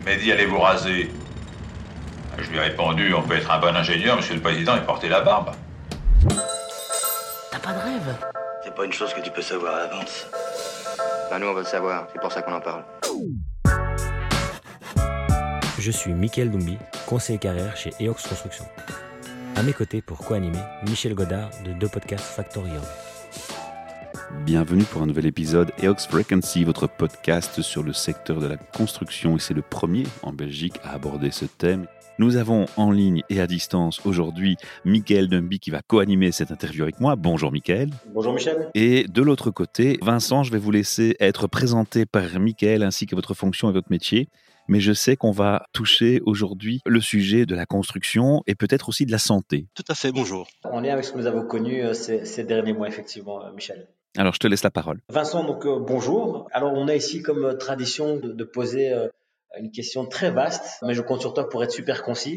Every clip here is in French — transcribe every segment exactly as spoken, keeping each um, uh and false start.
Mehdi, allez vous raser. Je lui ai répondu, on peut être un bon ingénieur, monsieur le président, et porter la barbe. T'as pas de rêve? C'est pas une chose que tu peux savoir à l'avance. Ben nous on veut le savoir, c'est pour ça qu'on en parle. Je suis Mickaël Doumbi, conseiller carrière chez E O X Construction. À mes côtés pour co-animer, Michel Godard de deux podcasts Factorial. Bienvenue pour un nouvel épisode E O X Frequency, votre podcast sur le secteur de la construction. Et c'est le premier en Belgique à aborder ce thème. Nous avons en ligne et à distance aujourd'hui Mickaël Doumbi qui va co-animer cette interview avec moi. Bonjour Mickaël. Bonjour Michel. Et de l'autre côté, Vincent, je vais vous laisser être présenté par Mickaël ainsi que votre fonction et votre métier. Mais je sais qu'on va toucher aujourd'hui le sujet de la construction et peut-être aussi de la santé. Tout à fait, bonjour. En lien avec ce que nous avons connu euh, ces, ces derniers mois, effectivement, euh, Michel. Alors, je te laisse la parole. Vincent, donc euh, bonjour. Alors, on a ici comme euh, tradition de, de poser euh, une question très vaste, mais je compte sur toi pour être super concis.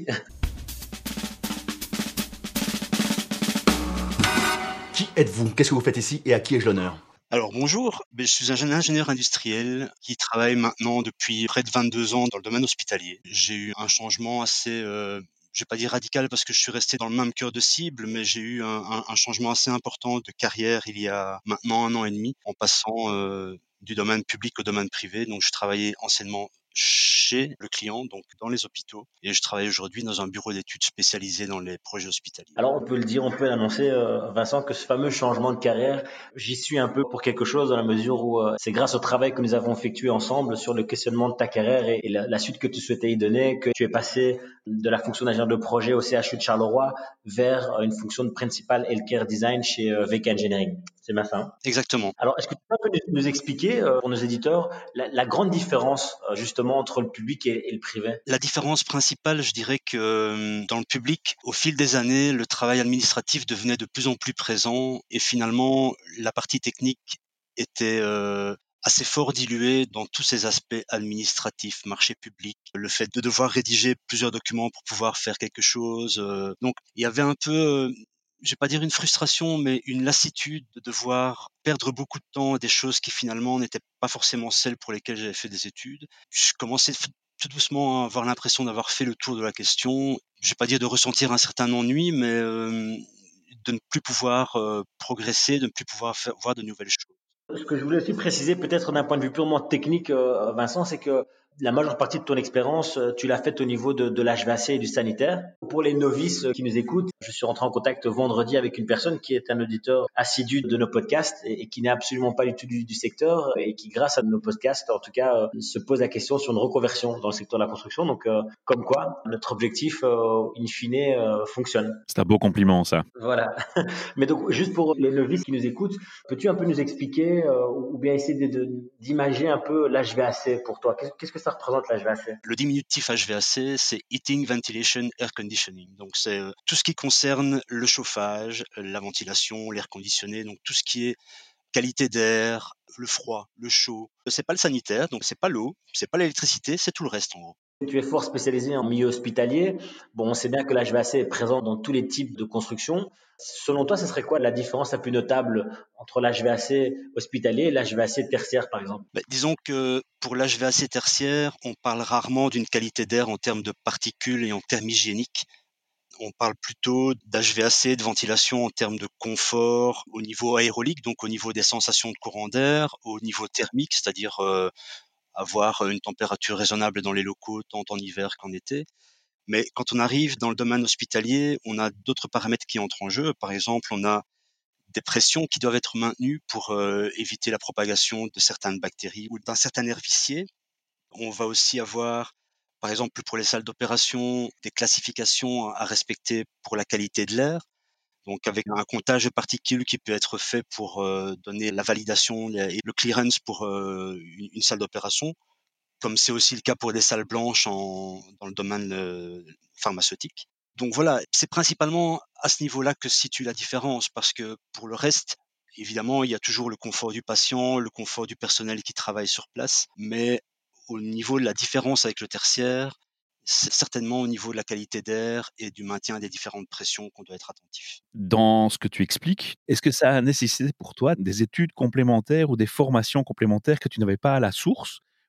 Qui êtes-vous? Qu'est-ce que vous faites ici et à qui ai-je l'honneur? Alors bonjour, je suis un jeune ingénieur industriel qui travaille maintenant depuis près de vingt-deux ans dans le domaine hospitalier. J'ai eu un changement assez, euh, je vais pas dire radical parce que je suis resté dans le même cœur de cible, mais j'ai eu un, un, un changement assez important de carrière il y a maintenant un an et demi en passant euh, du domaine public au domaine privé. Donc je travaillais anciennement chez le client, donc dans les hôpitaux, et je travaille aujourd'hui dans un bureau d'études spécialisé dans les projets hospitaliers. Alors on peut le dire, on peut l'annoncer, euh, Vincent, que ce fameux changement de carrière, j'y suis un peu pour quelque chose dans la mesure où euh, c'est grâce au travail que nous avons effectué ensemble sur le questionnement de ta carrière et, et la, la suite que tu souhaitais y donner, que tu es passé de la fonction d'ingénieur de projet au C H U de Charleroi vers euh, une fonction de principal healthcare design chez euh, V K Engineering. C'est ma fin. Exactement. Alors, est-ce que tu peux un peu nous, nous expliquer, euh, pour nos éditeurs, la, la grande différence, euh, justement, entre le public et, et le privé? La différence principale, je dirais que euh, dans le public, au fil des années, le travail administratif devenait de plus en plus présent et finalement, la partie technique était euh, assez fort diluée dans tous ces aspects administratifs, marché public, le fait de devoir rédiger plusieurs documents pour pouvoir faire quelque chose. Euh, donc, il y avait un peu... Euh, je vais pas dire une frustration, mais une lassitude de devoir perdre beaucoup de temps à des choses qui finalement n'étaient pas forcément celles pour lesquelles j'avais fait des études. Je commençais tout doucement à avoir l'impression d'avoir fait le tour de la question. Je vais pas dire de ressentir un certain ennui, mais euh, de ne plus pouvoir euh, progresser, de ne plus pouvoir faire, voir de nouvelles choses. Ce que je voulais aussi préciser, peut-être d'un point de vue purement technique, euh, Vincent, c'est que la majeure partie de ton expérience, euh, tu l'as faite au niveau de, de l'H V A C et du sanitaire. Pour les novices euh, qui nous écoutent, je suis rentré en contact vendredi avec une personne qui est un auditeur assidu de nos podcasts et, et qui n'est absolument pas du tout du, du secteur et qui, grâce à nos podcasts, en tout cas, euh, se pose la question sur une reconversion dans le secteur de la construction. Donc, euh, comme quoi, notre objectif, euh, in fine, euh, fonctionne. C'est un beau compliment, ça. Voilà. Mais donc, juste pour les novices qui nous écoutent, peux-tu un peu nous expliquer euh, ou bien essayer de, de, d'imager un peu l'H V A C pour toi? Qu'est-ce, qu'est-ce que ça représente l'H V A C? Le diminutif H V A C, c'est Heating, Ventilation, Air Conditioning. Donc, c'est euh, tout ce qui concerne le chauffage, la ventilation, l'air conditionné, donc tout ce qui est qualité d'air, le froid, le chaud. C'est pas le sanitaire, donc c'est pas l'eau, c'est pas l'électricité, c'est tout le reste en gros. Tu es fort spécialisé en milieu hospitalier. Bon, on sait bien que l'H V A C est présent dans tous les types de construction. Selon toi, ce serait quoi la différence la plus notable entre l'H V A C hospitalier et l'H V A C tertiaire, par exemple? Bah, disons que pour l'H V A C tertiaire, on parle rarement d'une qualité d'air en termes de particules et en termes hygiéniques. On parle plutôt d'H V A C, de ventilation en termes de confort au niveau aérolique, donc au niveau des sensations de courant d'air, au niveau thermique, c'est-à-dire euh, avoir une température raisonnable dans les locaux, tant en hiver qu'en été. Mais quand on arrive dans le domaine hospitalier, on a d'autres paramètres qui entrent en jeu. Par exemple, on a des pressions qui doivent être maintenues pour euh, éviter la propagation de certaines bactéries ou d'un certain air vicié. On va aussi avoir, par exemple, pour les salles d'opération, des classifications à respecter pour la qualité de l'air. Donc, avec un comptage de particules qui peut être fait pour euh, donner la validation et le clearance pour euh, une, une salle d'opération, comme c'est aussi le cas pour des salles blanches en, dans le domaine euh, pharmaceutique. Donc voilà, c'est principalement à ce niveau-là que se situe la différence, parce que pour le reste, évidemment, il y a toujours le confort du patient, le confort du personnel qui travaille sur place, mais au niveau de la différence avec le tertiaire, c'est certainement au niveau de la qualité d'air et du maintien des différentes pressions qu'on doit être attentif. Dans ce que tu expliques, est-ce que ça a nécessité pour toi des études complémentaires ou des formations complémentaires que tu n'avais pas à la source?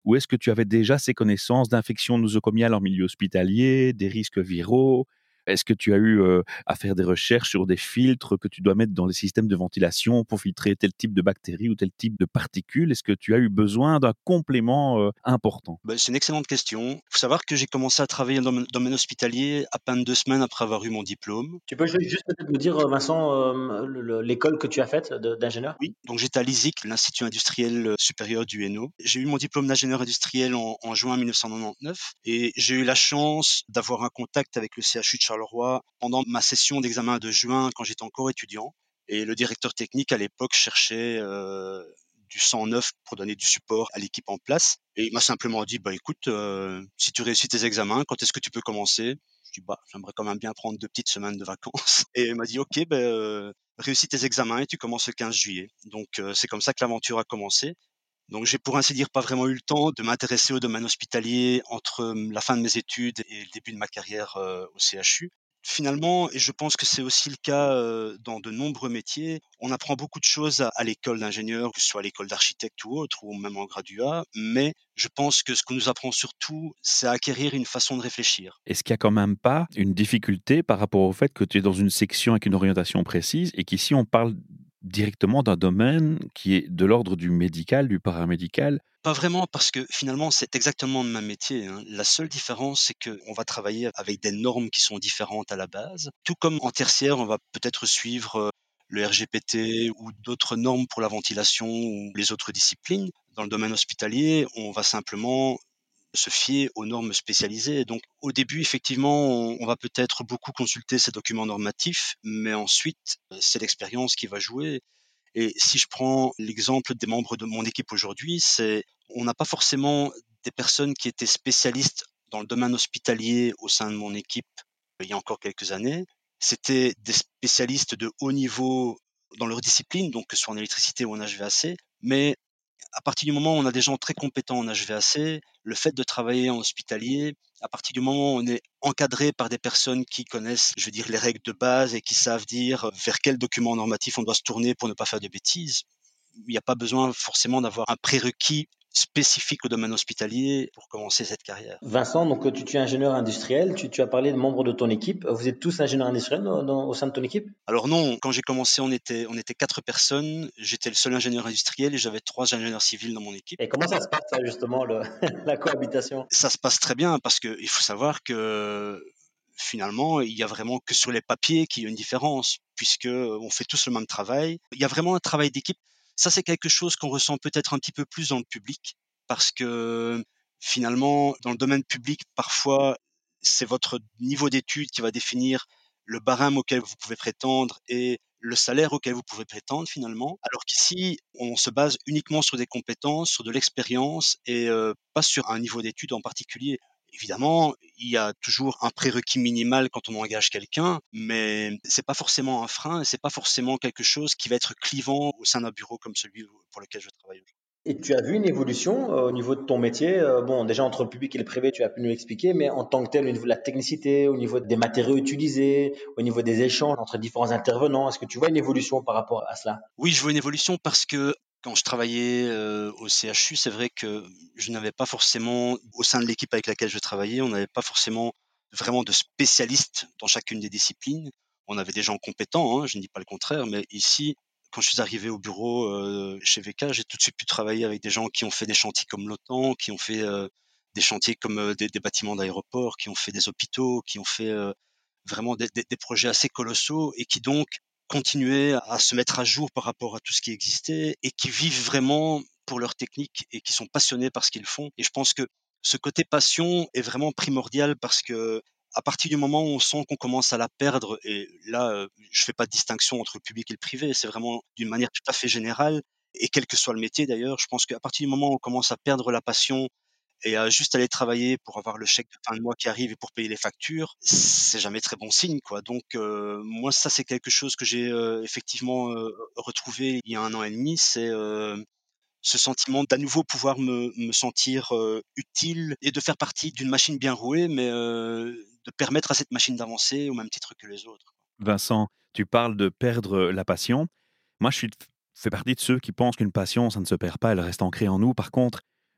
ou est-ce que tu avais déjà ces connaissances d'infections nosocomiales en milieu hospitalier, des risques viraux? Est-ce que tu as eu euh, à faire des recherches sur des filtres que tu dois mettre dans les systèmes de ventilation pour filtrer tel type de bactéries ou tel type de particules? Est-ce que tu as eu besoin d'un complément euh, important? Ben, c'est une excellente question. Il faut savoir que j'ai commencé à travailler dans le domaine hospitalier à peine deux semaines après avoir eu mon diplôme. Tu peux ju- juste peut-être me dire, euh, Vincent, euh, le- le- l'école que tu as faite de- d'ingénieur? Oui, donc j'étais à l'I S I C, l'Institut industriel supérieur du Hainaut. J'ai eu mon diplôme d'ingénieur industriel en, en juin mille neuf cent quatre-vingt-dix-neuf et j'ai eu la chance d'avoir un contact avec le C H U de Charleroi pendant ma session d'examen de juin quand j'étais encore étudiant. Et le directeur technique à l'époque cherchait euh, du sang neuf pour donner du support à l'équipe en place. Et il m'a simplement dit, bah écoute, euh, si tu réussis tes examens, quand est-ce que tu peux commencer? Je dis, bah j'aimerais quand même bien prendre deux petites semaines de vacances. Et il m'a dit, ok, ben euh, réussis tes examens et tu commences le quinze juillet. Donc euh, c'est comme ça que l'aventure a commencé. Donc j'ai pour ainsi dire pas vraiment eu le temps de m'intéresser au domaine hospitalier entre euh, la fin de mes études et le début de ma carrière euh, au C H U. Finalement, et je pense que c'est aussi le cas euh, dans de nombreux métiers, on apprend beaucoup de choses à, à l'école d'ingénieur, que ce soit à l'école d'architecte ou autre, ou même en graduat, mais je pense que ce qu'on nous apprend surtout, c'est à acquérir une façon de réfléchir. Est-ce qu'il n'y a quand même pas une difficulté par rapport au fait que tu es dans une section avec une orientation précise et qu'ici on parle directement d'un domaine qui est de l'ordre du médical, du paramédical? Pas vraiment, parce que finalement, c'est exactement le même métier, hein. La seule différence, c'est qu'on va travailler avec des normes qui sont différentes à la base. Tout comme en tertiaire, on va peut-être suivre euh, le R G P T ou d'autres normes pour la ventilation ou les autres disciplines. Dans le domaine hospitalier, on va simplement se fier aux normes spécialisées. Donc, au début, effectivement, on, on va peut-être beaucoup consulter ces documents normatifs, mais ensuite, euh, c'est l'expérience qui va jouer. Et si je prends l'exemple des membres de mon équipe aujourd'hui, c'est on n'a pas forcément des personnes qui étaient spécialistes dans le domaine hospitalier au sein de mon équipe euh, il y a encore quelques années. C'était des spécialistes de haut niveau dans leur discipline, donc que ce soit en électricité ou en H V A C, mais à partir du moment où on a des gens très compétents en H V A C, le fait de travailler en hospitalier, à partir du moment où on est encadré par des personnes qui connaissent, je veux dire, les règles de base et qui savent dire vers quel document normatif on doit se tourner pour ne pas faire de bêtises, il n'y a pas besoin forcément d'avoir un prérequis spécifique au domaine hospitalier pour commencer cette carrière. Vincent, donc tu, tu es ingénieur industriel, tu, tu as parlé de membres de ton équipe. Vous êtes tous ingénieurs industriels dans- dans- au sein de ton équipe? Alors non, quand j'ai commencé, on était, on était quatre personnes. J'étais le seul ingénieur industriel et j'avais trois ingénieurs civils dans mon équipe. Et comment ça se passe, ça, justement, le- la cohabitation? Ça se passe très bien parce qu'il faut savoir que finalement, il y a vraiment que sur les papiers qu'il y a une différence, puisque on fait tous le même travail. Il y a vraiment un travail d'équipe. Ça, c'est quelque chose qu'on ressent peut-être un petit peu plus dans le public, parce que finalement, dans le domaine public, parfois, c'est votre niveau d'études qui va définir le barème auquel vous pouvez prétendre et le salaire auquel vous pouvez prétendre finalement. Alors qu'ici, on se base uniquement sur des compétences, sur de l'expérience et euh, pas sur un niveau d'études en particulier. Évidemment, il y a toujours un prérequis minimal quand on engage quelqu'un, mais c'est pas forcément un frein et c'est pas forcément quelque chose qui va être clivant au sein d'un bureau comme celui pour lequel je travaille aujourd'hui. Et tu as vu une évolution euh, au niveau de ton métier? Euh, bon, déjà entre le public et le privé, tu as pu nous l'expliquer, mais en tant que tel, au niveau de la technicité, au niveau des matériaux utilisés, au niveau des échanges entre différents intervenants, est-ce que tu vois une évolution par rapport à cela? Oui, je vois une évolution parce que quand je travaillais euh, au C H U, c'est vrai que je n'avais pas forcément, au sein de l'équipe avec laquelle je travaillais, on n'avait pas forcément vraiment de spécialistes dans chacune des disciplines. On avait des gens compétents, hein, je ne dis pas le contraire, mais ici, quand je suis arrivé au bureau euh, chez V K, j'ai tout de suite pu travailler avec des gens qui ont fait des chantiers comme l'OTAN, qui ont fait euh, des chantiers comme euh, des, des bâtiments d'aéroports, qui ont fait des hôpitaux, qui ont fait euh, vraiment des, des, des projets assez colossaux et qui donc continuaient à se mettre à jour par rapport à tout ce qui existait et qui vivent vraiment pour leur technique et qui sont passionnés par ce qu'ils font. Et je pense que ce côté passion est vraiment primordial parce que à partir du moment où on sent qu'on commence à la perdre, et là, euh, je fais pas de distinction entre le public et le privé, c'est vraiment d'une manière tout à fait générale, et quel que soit le métier d'ailleurs, je pense qu'à partir du moment où on commence à perdre la passion et à juste aller travailler pour avoir le chèque de fin de mois qui arrive et pour payer les factures, c'est jamais très bon signe, quoi. Donc euh, moi, ça c'est quelque chose que j'ai euh, effectivement euh, retrouvé il y a un an et demi, c'est euh, ce sentiment d'à nouveau pouvoir me, me sentir euh, utile et de faire partie d'une machine bien rouée, mais euh, de permettre à cette machine d'avancer au même titre que les autres. Vincent, tu parles de perdre la passion. Moi, je suis, fais partie de ceux qui pensent qu'une passion, ça ne se perd pas, elle reste ancrée en nous. Par contre,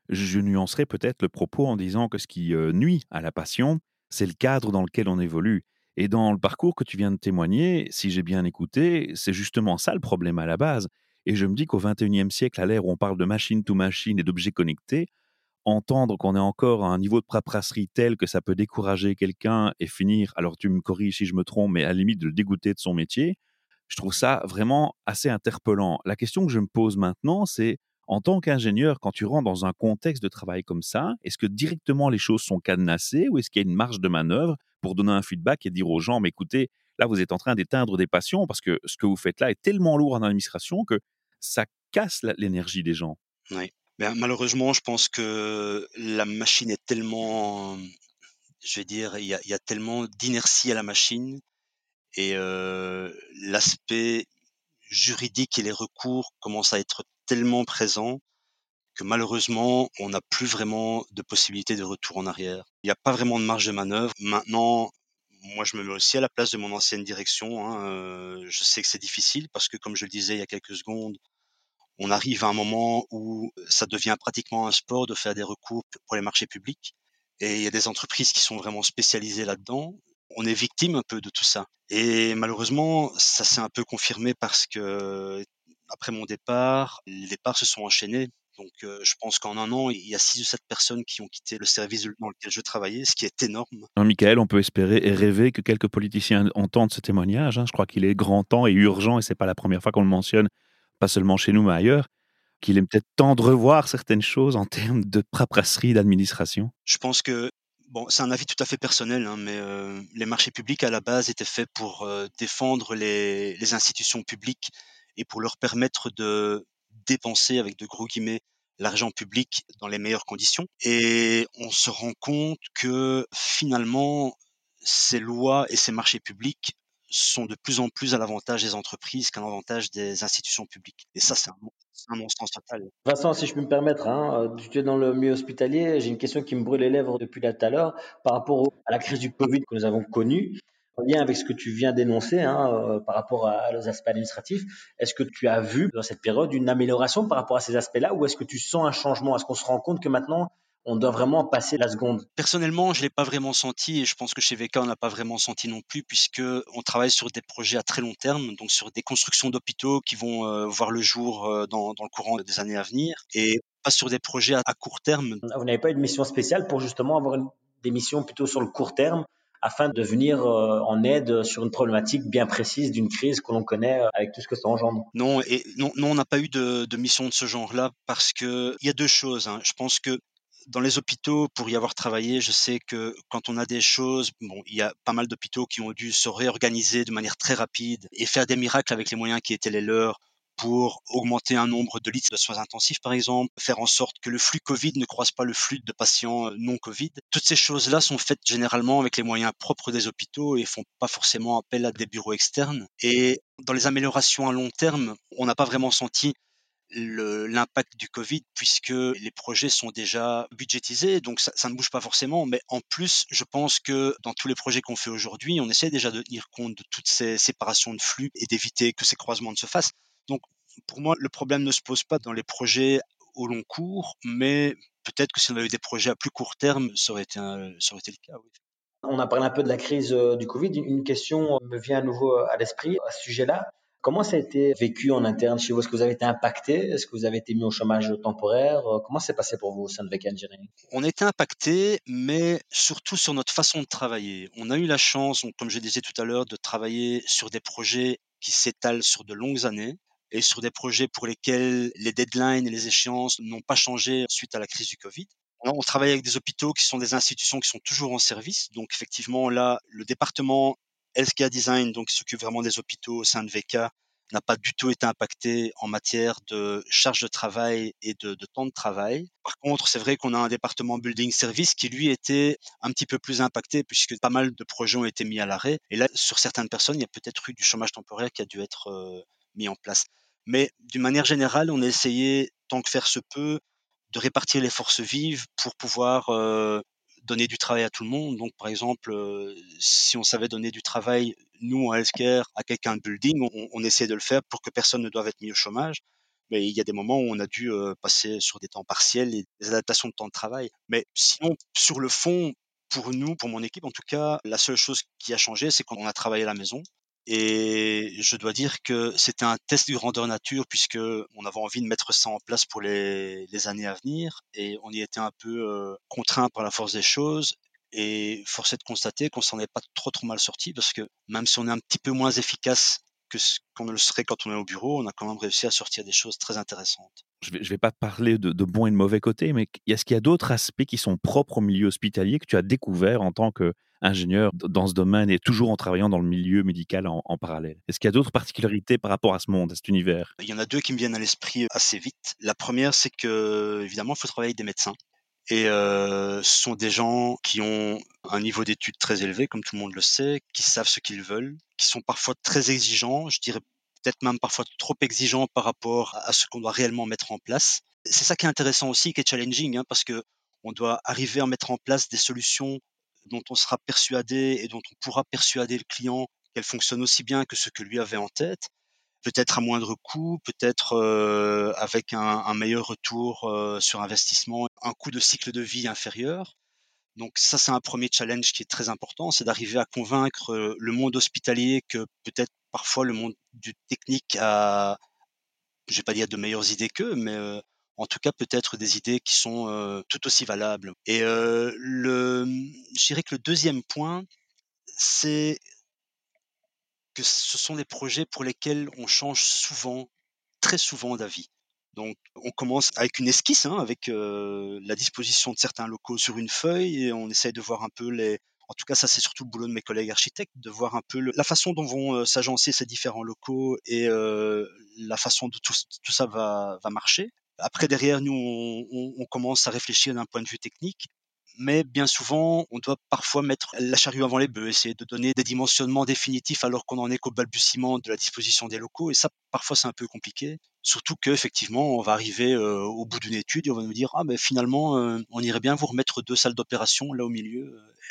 Je nuancerai peut-être le propos en disant que ce qui euh, nuit à la passion, c'est le cadre dans lequel on évolue. Et dans le parcours que tu viens de témoigner, si j'ai bien écouté, c'est justement ça le problème à la base. Et je me dis qu'au vingt et unième siècle, à l'ère où on parle de machine to machine et d'objets connectés, entendre qu'on est encore à un niveau de paperasserie tel que ça peut décourager quelqu'un et finir, alors tu me corriges si je me trompe, mais à la limite de le dégoûter de son métier, je trouve ça vraiment assez interpellant. La question que je me pose maintenant, c'est en tant qu'ingénieur, quand tu rentres dans un contexte de travail comme ça, est-ce que directement les choses sont cadenassées ou est-ce qu'il y a une marge de manœuvre pour donner un feedback et dire aux gens, mais écoutez, là vous êtes en train d'éteindre des passions parce que ce que vous faites là est tellement lourd en administration que ça casse la- l'énergie des gens. Oui. Ben, malheureusement, je pense que la machine est tellement, je vais dire, il y a, il y a tellement d'inertie à la machine et euh, l'aspect juridique et les recours commencent à être tellement présents que malheureusement, on n'a plus vraiment de possibilité de retour en arrière. Il n'y a pas vraiment de marge de manœuvre. Maintenant, moi, je me mets aussi à la place de mon ancienne direction, hein. Euh, je sais que c'est difficile parce que, comme je le disais il y a quelques secondes, on arrive à un moment où ça devient pratiquement un sport de faire des recours pour les marchés publics. Et il y a des entreprises qui sont vraiment spécialisées là-dedans. On est victime un peu de tout ça. Et malheureusement, ça s'est un peu confirmé parce que, après mon départ, les départs se sont enchaînés. Donc, euh, je pense qu'en un an, il y a six ou sept personnes qui ont quitté le service dans lequel je travaillais, ce qui est énorme. Alors, Michael, on peut espérer et rêver que quelques politiciens entendent ce témoignage, hein. Je crois qu'il est grand temps et urgent, et c'est pas la première fois qu'on le mentionne, pas seulement chez nous, mais ailleurs, qu'il est peut-être temps de revoir certaines choses en termes de paperasserie, d'administration. Je pense que, bon, c'est un avis tout à fait personnel, hein, mais euh, les marchés publics à la base étaient faits pour euh, défendre les, les institutions publiques et pour leur permettre de dépenser, avec de gros guillemets, l'argent public dans les meilleures conditions. Et on se rend compte que finalement, ces lois et ces marchés publics sont de plus en plus à l'avantage des entreprises qu'à l'avantage des institutions publiques. Et ça, c'est un, non- c'est un non-sens total. Vincent, si je peux me permettre, hein, euh, tu es dans le milieu hospitalier, j'ai une question qui me brûle les lèvres depuis là tout à l'heure par rapport au- à la crise du Covid que nous avons connue, en lien avec ce que tu viens d'énoncer, hein, euh, par rapport à, à los aspects administratifs. Est-ce que tu as vu dans cette période une amélioration par rapport à ces aspects-là ou est-ce que tu sens un changement? Est-ce qu'on se rend compte que maintenant, on doit vraiment passer la seconde? Personnellement, je l'ai pas vraiment senti et je pense que chez V K, on l'a pas vraiment senti non plus puisque on travaille sur des projets à très long terme, donc sur des constructions d'hôpitaux qui vont euh, voir le jour euh, dans, dans le courant des années à venir et pas sur des projets à, à court terme. Vous n'avez pas une mission spéciale pour justement avoir une- des missions plutôt sur le court terme afin de venir euh, en aide sur une problématique bien précise d'une crise que l'on connaît euh, avec tout ce que ça engendre? Non, et non, non, on n'a pas eu de, de mission de ce genre-là parce que il y a deux choses, hein. Je pense que dans les hôpitaux, pour y avoir travaillé, je sais que quand on a des choses, bon, il y a pas mal d'hôpitaux qui ont dû se réorganiser de manière très rapide et faire des miracles avec les moyens qui étaient les leurs pour augmenter un nombre de lits de soins intensifs, par exemple, faire en sorte que le flux Covid ne croise pas le flux de patients euh, non Covid. Toutes ces choses-là sont faites généralement avec les moyens propres des hôpitaux et font pas forcément appel à des bureaux externes. Et dans les améliorations à long terme, on n'a pas vraiment senti le- l'impact du Covid puisque les projets sont déjà budgétisés, donc ça, ça ne bouge pas forcément. Mais en plus, je pense que dans tous les projets qu'on fait aujourd'hui, on essaie déjà de tenir compte de toutes ces séparations de flux et d'éviter que ces croisements ne se fassent. Donc, pour moi, le problème ne se pose pas dans les projets au long cours, mais peut-être que si on avait eu des projets à plus court terme, ça aurait été, un- ça aurait été le cas. Oui. On a parlé un peu de la crise euh, du Covid. Une question me vient à nouveau euh, à l'esprit à ce sujet-là. Comment ça a été vécu en interne chez vous? Est-ce que vous avez été impacté? Est-ce que vous avez été mis au chômage temporaire? Euh, Comment c'est passé pour vous au sein de V K Engineering? On a été impacté, mais surtout sur notre façon de travailler. On a eu la chance, donc, comme je disais tout à l'heure, de travailler sur des projets qui s'étalent sur de longues années et sur des projets pour lesquels les deadlines et les échéances n'ont pas changé suite à la crise du Covid. Alors, on travaille avec des hôpitaux qui sont des institutions qui sont toujours en service. Donc, effectivement, là, le département Healthcare Design, donc, qui s'occupe vraiment des hôpitaux au sein de V K, n'a pas du tout été impacté en matière de charge de travail et de, de temps de travail. Par contre, c'est vrai qu'on a un département Building Service qui, lui, était un petit peu plus impacté puisque pas mal de projets ont été mis à l'arrêt. Et là, sur certaines personnes, il y a peut-être eu du chômage temporaire qui a dû être euh, mis en place. Mais d'une manière générale, on a essayé, tant que faire se peut, de répartir les forces vives pour pouvoir euh, donner du travail à tout le monde. Donc, par exemple, euh, si on savait donner du travail, nous, en healthcare, à quelqu'un de building, on, on essaie de le faire pour que personne ne doive être mis au chômage. Mais il y a des moments où on a dû euh, passer sur des temps partiels et des adaptations de temps de travail. Mais sinon, sur le fond, pour nous, pour mon équipe en tout cas, la seule chose qui a changé, c'est qu'on a travaillé à la maison. Et je dois dire que c'était un test de grandeur nature puisque on avait envie de mettre ça en place pour les, les années à venir et on y était un peu euh, contraint par la force des choses. Et force est de constater qu'on s'en est pas trop trop mal sorti parce que même si on est un petit peu moins efficace que ce qu'on ne le serait quand on est au bureau, on a quand même réussi à sortir des choses très intéressantes. Je vais, je vais pas parler de, de bons et de mauvais côtés, mais est-ce qu'il y a d'autres aspects qui sont propres au milieu hospitalier que tu as découvert en tant qu'ingénieur dans ce domaine et toujours en travaillant dans le milieu médical en, en parallèle? Est-ce qu'il y a d'autres particularités par rapport à ce monde, à cet univers? Il y en a deux qui me viennent à l'esprit assez vite. La première, c'est que évidemment, il faut travailler avec des médecins. Et euh, ce sont des gens qui ont un niveau d'études très élevé, comme tout le monde le sait, qui savent ce qu'ils veulent, qui sont parfois très exigeants, je dirais peut-être même parfois trop exigeants par rapport à ce qu'on doit réellement mettre en place. C'est ça qui est intéressant aussi, qui est challenging, hein, parce que on doit arriver à mettre en place des solutions dont on sera persuadé et dont on pourra persuader le client qu'elles fonctionnent aussi bien que ce que lui avait en tête. Peut-être à moindre coût, peut-être euh, avec un, un meilleur retour euh, sur investissement, un coût de cycle de vie inférieur. Donc ça, c'est un premier challenge qui est très important, c'est d'arriver à convaincre euh, le monde hospitalier que peut-être parfois le monde du technique a, je vais pas dire de meilleures idées qu'eux, mais euh, en tout cas peut-être des idées qui sont euh, tout aussi valables. Et euh, le, je dirais que le deuxième point, c'est que ce sont des projets pour lesquels on change souvent, très souvent d'avis. Donc, on commence avec une esquisse, hein, avec euh, la disposition de certains locaux sur une feuille, et on essaye de voir un peu les. En tout cas, ça c'est surtout le boulot de mes collègues architectes, de voir un peu le- la façon dont vont euh, s'agencer ces différents locaux et euh, la façon dont tout, tout ça va, va marcher. Après, derrière, nous, on, on- on commence à réfléchir d'un point de vue technique. Mais bien souvent, on doit parfois mettre la charrue avant les bœufs, essayer de donner des dimensionnements définitifs alors qu'on en est qu'au balbutiement de la disposition des locaux. Et ça, parfois, c'est un peu compliqué. Surtout qu'effectivement, on va arriver euh, au bout d'une étude et on va nous dire ah ben finalement, euh, on irait bien vous remettre deux salles d'opération là au milieu.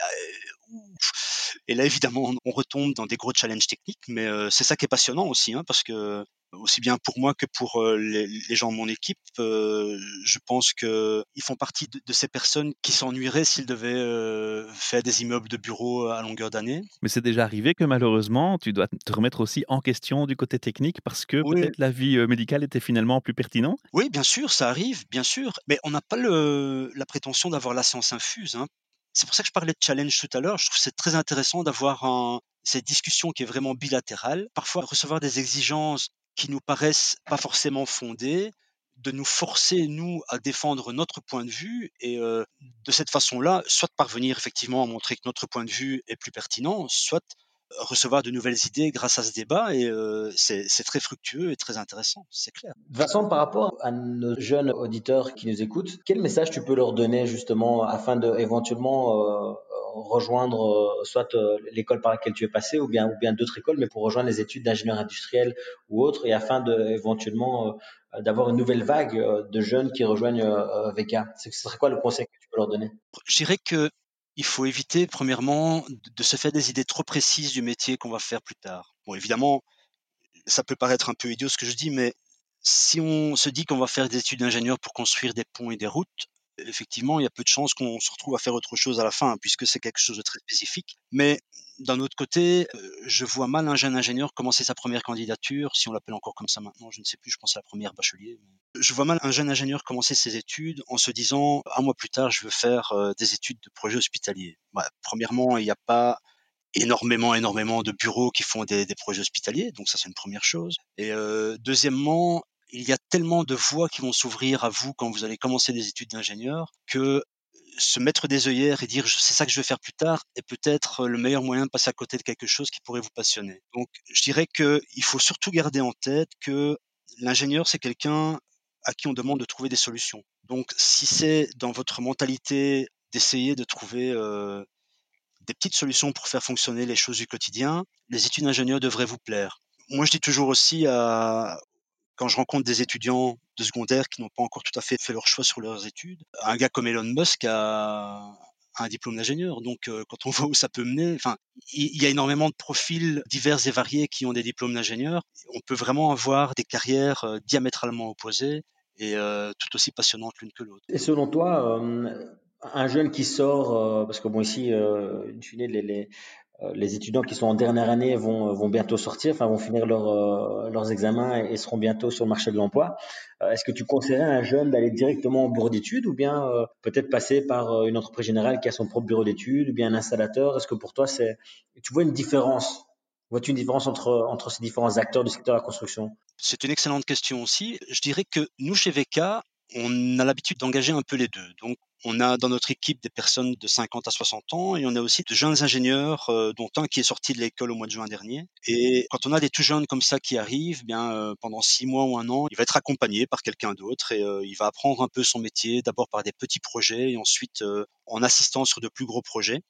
Euh, ouf. Et là, évidemment, on, on retombe dans des gros challenges techniques, mais euh, c'est ça qui est passionnant aussi, hein, parce que aussi bien pour moi que pour euh, les, les gens de mon équipe, euh, je pense que ils font partie de, de ces personnes qui s'ennuieraient s'ils devaient euh, faire des immeubles de bureaux à longueur d'année. Mais c'est déjà arrivé que malheureusement, tu dois te remettre aussi en question du côté technique parce que Oui, peut-être la vie euh, médicale était finalement plus pertinente? oui, bien sûr, ça arrive, bien sûr, mais on n'a pas le, la prétention d'avoir la science infuse, hein. C'est pour ça que je parlais de challenge tout à l'heure. Je trouve que c'est très intéressant d'avoir un, cette discussion qui est vraiment bilatérale. Parfois, recevoir des exigences qui nous paraissent pas forcément fondées, de nous forcer, nous, à défendre notre point de vue et euh, de cette façon-là, soit parvenir effectivement à montrer que notre point de vue est plus pertinent, soit recevoir de nouvelles idées grâce à ce débat et euh, c'est c'est très fructueux et très intéressant, c'est clair. Vincent, par rapport à nos jeunes auditeurs qui nous écoutent, quel message tu peux leur donner justement afin de éventuellement euh, rejoindre euh, soit euh, l'école par laquelle tu es passé ou bien ou bien d'autres écoles, mais pour rejoindre les études d'ingénieur industriel ou autres, et afin de éventuellement euh, d'avoir une nouvelle vague euh, de jeunes qui rejoignent euh, V K. C'est- Ce serait quoi le conseil que tu peux leur donner? Je dirais que il faut éviter, premièrement, de de se faire des idées trop précises du métier qu'on va faire plus tard. Bon, évidemment, ça peut paraître un peu idiot ce que je dis, mais si on se dit qu'on va faire des études d'ingénieur pour construire des ponts et des routes, effectivement, il y a peu de chances qu'on se retrouve à faire autre chose à la fin, hein, puisque c'est quelque chose de très spécifique. Mais d'un autre côté, euh, je vois mal un jeune ingénieur commencer sa première candidature, si on l'appelle encore comme ça maintenant, je ne sais plus, je pense à la première bachelier. Je vois mal un jeune ingénieur commencer ses études en se disant un mois plus tard, je veux faire euh, des études de projet hospitalier. Ouais, premièrement, il n'y a pas énormément, énormément de bureaux qui font des, des projets hospitaliers, donc ça c'est une première chose. Et euh, deuxièmement, il y a tellement de voies qui vont s'ouvrir à vous quand vous allez commencer des études d'ingénieur que se mettre des œillères et dire c'est ça que je vais faire plus tard est peut-être le meilleur moyen de passer à côté de quelque chose qui pourrait vous passionner. Donc je dirais qu'il faut surtout garder en tête que l'ingénieur c'est quelqu'un à qui on demande de trouver des solutions. Donc si c'est dans votre mentalité d'essayer de trouver euh, des petites solutions pour faire fonctionner les choses du quotidien, les études d'ingénieur devraient vous plaire. Moi, je dis toujours aussi, à, quand je rencontre des étudiants de secondaire qui n'ont pas encore tout à fait fait leur choix sur leurs études, un gars comme Elon Musk a un diplôme d'ingénieur. Donc, euh, quand on voit où ça peut mener, enfin, il y, y a énormément de profils divers et variés qui ont des diplômes d'ingénieur. On peut vraiment avoir des carrières euh, diamétralement opposées et euh, tout aussi passionnantes l'une que l'autre. Et selon toi, euh, un jeune qui sort, euh, parce que bon ici, euh, in fine, les, les, euh, les étudiants qui sont en dernière année vont, vont bientôt sortir, enfin vont finir leur, euh, leurs examens et, et seront bientôt sur le marché de l'emploi. Euh, est-ce que tu conseillerais à un jeune d'aller directement au bureau d'études ou bien euh, peut-être passer par euh, une entreprise générale qui a son propre bureau d'études ou bien un installateur? Est-ce que pour toi, c'est, tu vois une différence? Vois-tu une différence entre, entre ces différents acteurs du secteur de la construction? C'est une excellente question aussi. Je dirais que nous, chez V K, on a l'habitude d'engager un peu les deux. Donc, on a dans notre équipe des personnes de cinquante à soixante ans et on a aussi de jeunes ingénieurs, euh, dont un qui est sorti de l'école au mois de juin dernier. Et quand on a des tout jeunes comme ça qui arrivent, bien euh, pendant six mois ou un an, il va être accompagné par quelqu'un d'autre et euh, il va apprendre un peu son métier, d'abord par des petits projets et ensuite euh, en assistant sur de plus gros projets.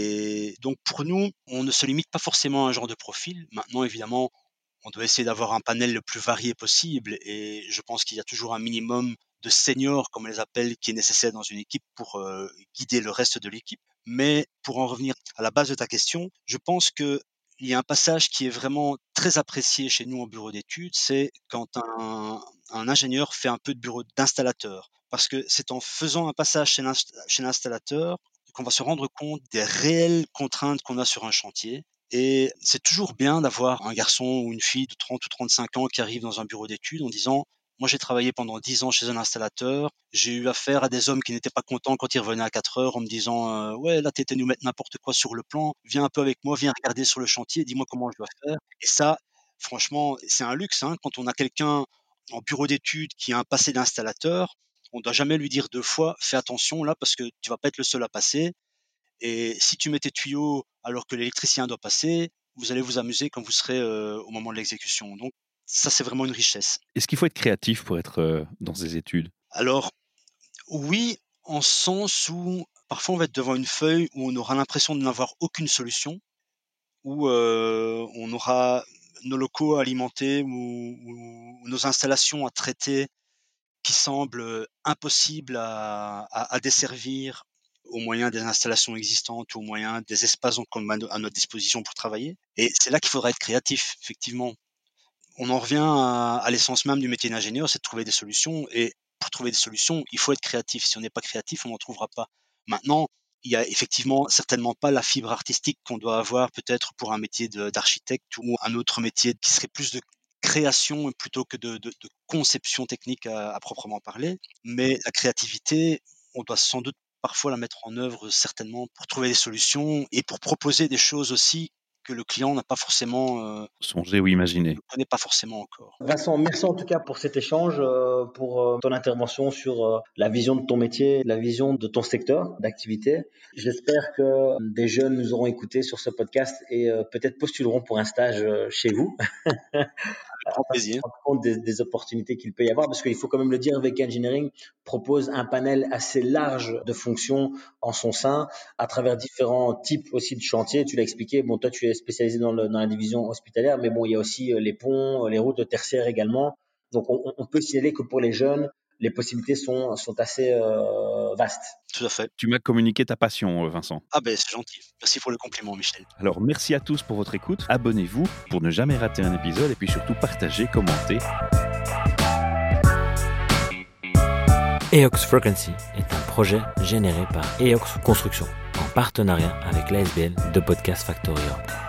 Et donc pour nous, on ne se limite pas forcément à un genre de profil. Maintenant, évidemment, on doit essayer d'avoir un panel le plus varié possible et je pense qu'il y a toujours un minimum de seniors, comme on les appelle, qui est nécessaire dans une équipe pour euh, guider le reste de l'équipe. Mais pour en revenir à la base de ta question, je pense qu'il y a un passage qui est vraiment très apprécié chez nous en bureau d'études, c'est quand un, un ingénieur fait un peu de bureau d'installateur. Parce que c'est en faisant un passage chez, l'inst- chez l'installateur qu'on va se rendre compte des réelles contraintes qu'on a sur un chantier. Et c'est toujours bien d'avoir un garçon ou une fille de trente ou trente-cinq ans qui arrive dans un bureau d'études en disant « Moi, j'ai travaillé pendant dix ans chez un installateur. J'ai eu affaire à des hommes qui n'étaient pas contents quand ils revenaient à quatre heures en me disant euh, « Ouais, là, t'étais nous mettre n'importe quoi sur le plan. Viens un peu avec moi, viens regarder sur le chantier, dis-moi comment je dois faire. » Et ça, franchement, c'est un luxe. Hein, quand on a quelqu'un en bureau d'études qui a un passé d'installateur, on ne doit jamais lui dire deux fois « Fais attention là parce que tu vas pas être le seul à passer. » Et si tu mets tes tuyaux alors que l'électricien doit passer, vous allez vous amuser quand vous serez euh, au moment de l'exécution. Donc, ça, c'est vraiment une richesse. Est-ce qu'il faut être créatif pour être euh, dans ces études? Alors, oui, en sens où parfois on va être devant une feuille où on aura l'impression de n'avoir aucune solution, où euh, on aura nos locaux à alimenter ou, ou nos installations à traiter qui semblent impossibles à, à, à desservir au moyen des installations existantes ou au moyen des espaces qu'on a à notre disposition pour travailler. Et c'est là qu'il faudra être créatif, effectivement. On en revient à, à l'essence même du métier d'ingénieur, c'est de trouver des solutions. Et pour trouver des solutions, il faut être créatif. Si on n'est pas créatif, on n'en trouvera pas. Maintenant, il y a effectivement certainement pas la fibre artistique qu'on doit avoir peut-être pour un métier de, d'architecte ou un autre métier qui serait plus de création plutôt que de, de, de conception technique à, à proprement parler. Mais la créativité, on doit sans doute parfois la mettre en œuvre certainement pour trouver des solutions et pour proposer des choses aussi que le client n'a pas forcément euh, songé ou imaginé. Ne connaît pas forcément encore. Vincent, merci en tout cas pour cet échange, euh, pour euh, ton intervention sur euh, la vision de ton métier, la vision de ton secteur d'activité. J'espère que des jeunes nous auront écoutés sur ce podcast et euh, peut-être postuleront pour un stage euh, chez vous. Avec grand plaisir. En compte des, des opportunités qu'il peut y avoir, parce qu'il faut quand même le dire, V K Engineering propose un panel assez large de fonctions en son sein, à travers différents types aussi de chantiers. Tu l'as expliqué, bon, toi tu es spécialisé dans, le, dans la division hospitalière, mais bon, il y a aussi les ponts, les routes tertiaires également. Donc on, on peut signaler que pour les jeunes, les possibilités sont, sont assez euh, vastes. Tout à fait. Tu m'as communiqué ta passion, Vincent. Ah ben c'est gentil. Merci pour le compliment, Michel. Alors merci à tous pour votre écoute. Abonnez-vous pour ne jamais rater un épisode et puis surtout partagez, commentez. EOX Frequency est un projet généré par EOX Construction en partenariat avec l'A S B L de Podcast Factory Europe.